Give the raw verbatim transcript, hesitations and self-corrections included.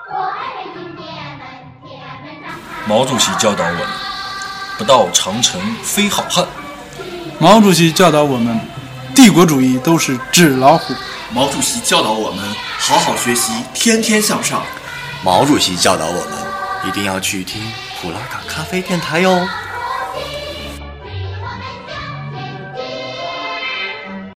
毛主席教导我们，不到长城非好汉。 毛主席教导我们，帝国主义都是纸老虎。 毛主席教导我们，好好学习，天天向上。 毛主席教导我们，一定要去听普拉卡咖啡电台哟。